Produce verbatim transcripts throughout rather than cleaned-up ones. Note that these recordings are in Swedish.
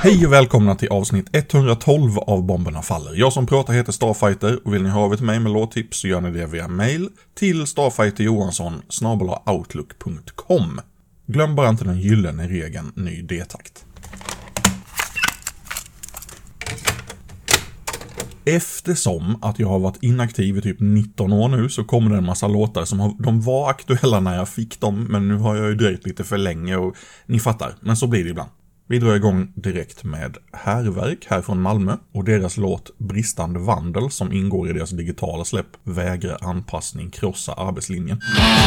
Hej och välkomna till avsnitt etthundratolv av Bomberna Faller. Jag som pratar heter Starfighter och vill ni höra av till mig med låttips så gör ni det via mail till starfighterjohansson snabel-a outlook punkt com. Glöm bara inte den gyllene regeln ny D-takt. Eftersom att jag har varit inaktiv i typ nitton år nu så kommer det en massa låtar som har, de var aktuella när jag fick dem, men nu har jag ju dröjt lite för länge och ni fattar, men så blir det ibland. Vi drar igång direkt med Härverk här från Malmö och deras låt Bristande vandel som ingår i deras digitala släpp Vägra anpassning krossa arbetslinjen.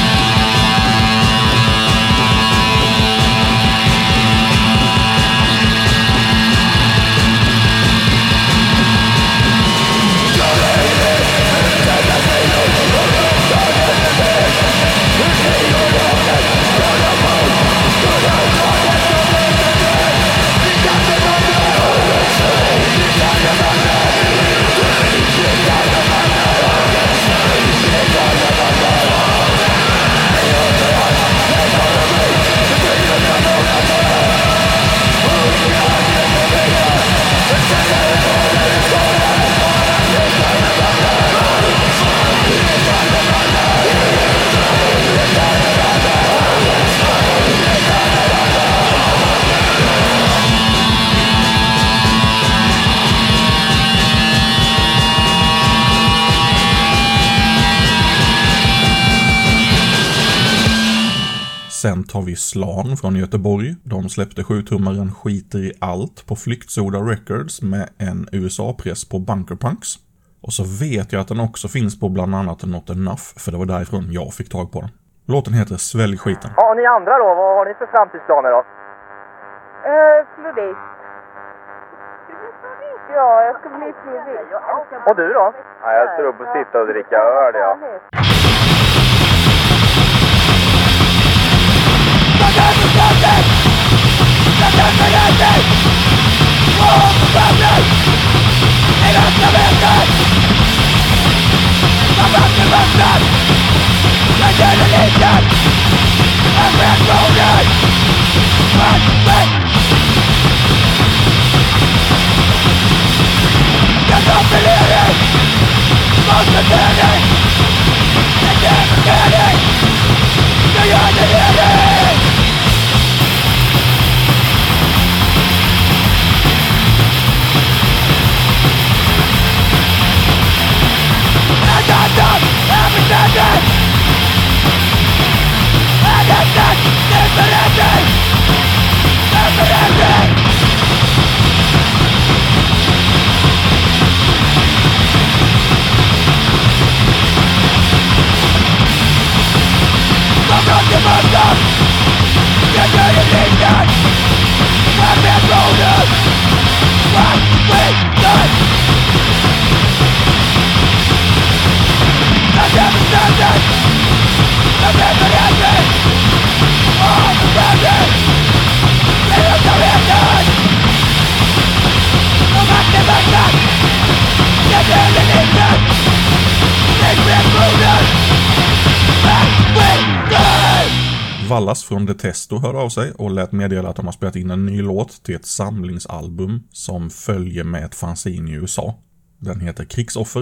Sen tar vi Slan från Göteborg. De släppte sjutummaren Skiter i allt på Flyktsoda Records med en U S A-press på Bunker Punks. Och så vet jag att den också finns på bland annat Not Enough, för det var därifrån jag fick tag på den. Låten heter Svälj skiten. Ja, ni andra då? Vad har ni för framtidsplaner då? Uh, florist. Ja, jag ska bli florist. Och du då? Ja, jag tror på att sitta och dricka öl, ja. Vallas från Detesto hörde av sig och lät meddela att de har spelat in en ny låt till ett samlingsalbum som följer med ett fanzine i U S A. Den heter Krigsoffer.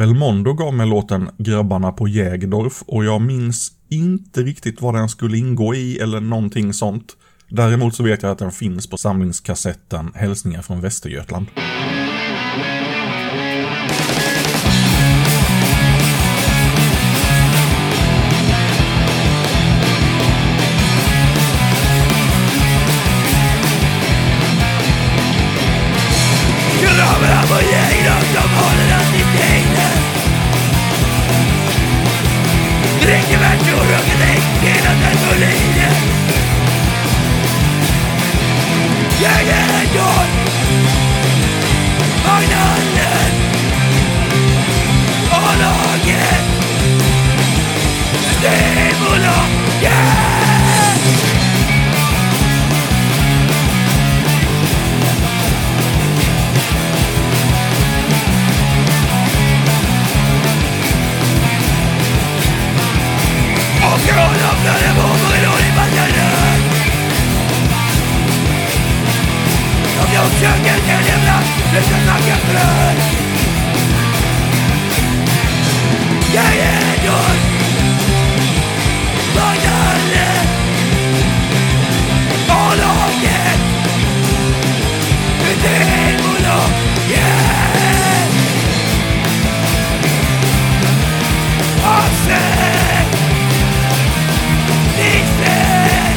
Belmondo gav mig låten Grabbarna på Jägerdorf och jag minns inte riktigt vad den skulle ingå i eller någonting sånt. Däremot så vet jag att den finns på samlingskassetten Hälsningar från Västergötland. Grabbarna på Jägerdorf, de håller oss i tiden. Dricker världshår och knäck hela termolinen. Jägaren går Magnanen och laget Systembolaget. Och jag öppnade bomber och i baljaren. Om jag försöker kan jag ibland sluta snacka bröd. Jag är dörr Magnanen och laget Systembolaget. Och sen Nixon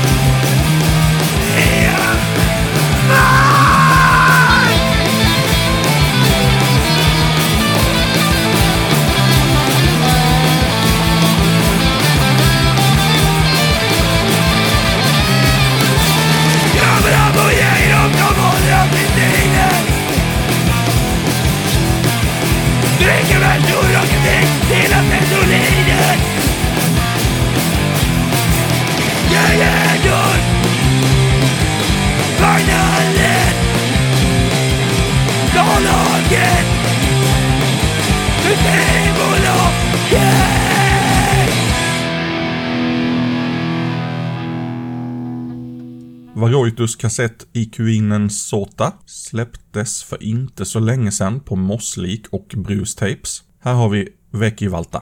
Ja Grabbarna på Jägerdorf, de håller oss i tiden. Dricker världshår och knäck hela termolinen. Jag är dörr Magnanen och laget Systembolaget. Varoitus kassett Ikuinen Sota släpptes för inte så länge sedan på Mosslik och Bruce Tapes. Här har vi Väkivalta.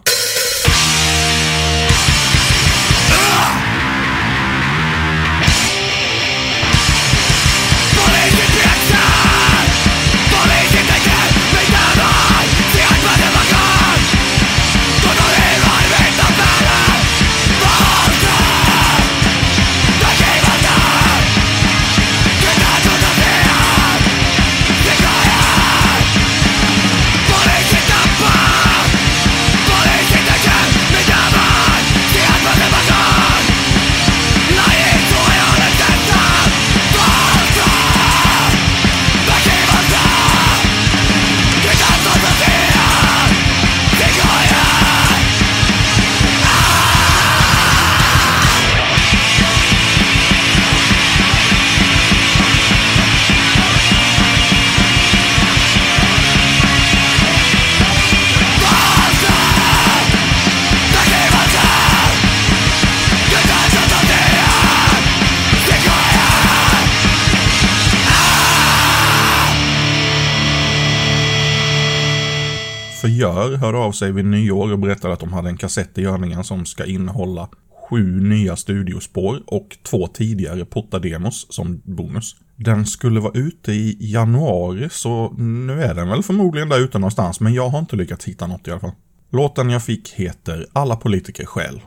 Förgör hörde av sig vid nyår och berättade att de hade en kassett i görningen som ska innehålla sju nya studiospår och två tidigare pottademos som bonus. Den skulle vara ute i januari, så nu är den väl förmodligen där ute någonstans, men jag har inte lyckats hitta något i alla fall. Låten jag fick heter Alla politiker skäl.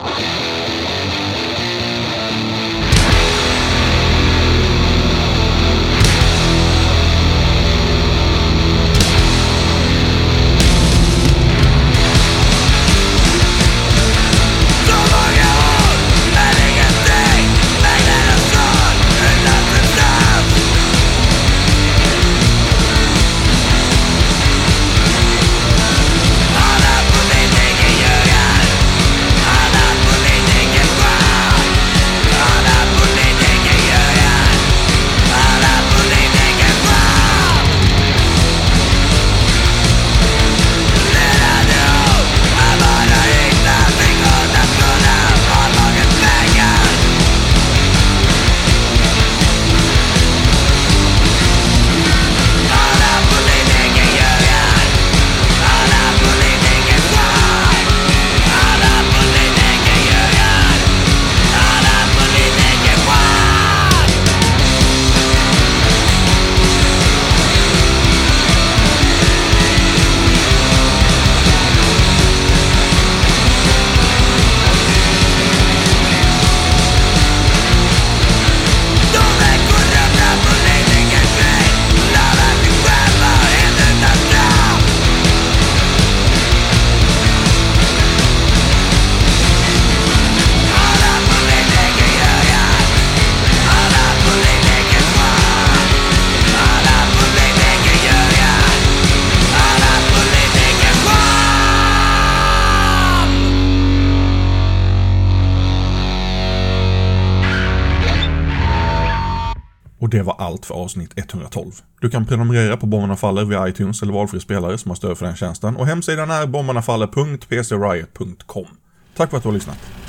Alla politiker ljuger. Alla politiker Och det var allt för avsnitt etthundratolv. Du kan prenumerera på Bomberna Faller via iTunes eller valfri spelare som har stöd för den tjänsten. Och hemsidan är bombernafaller punkt p c riot punkt com. Tack för att du har lyssnat.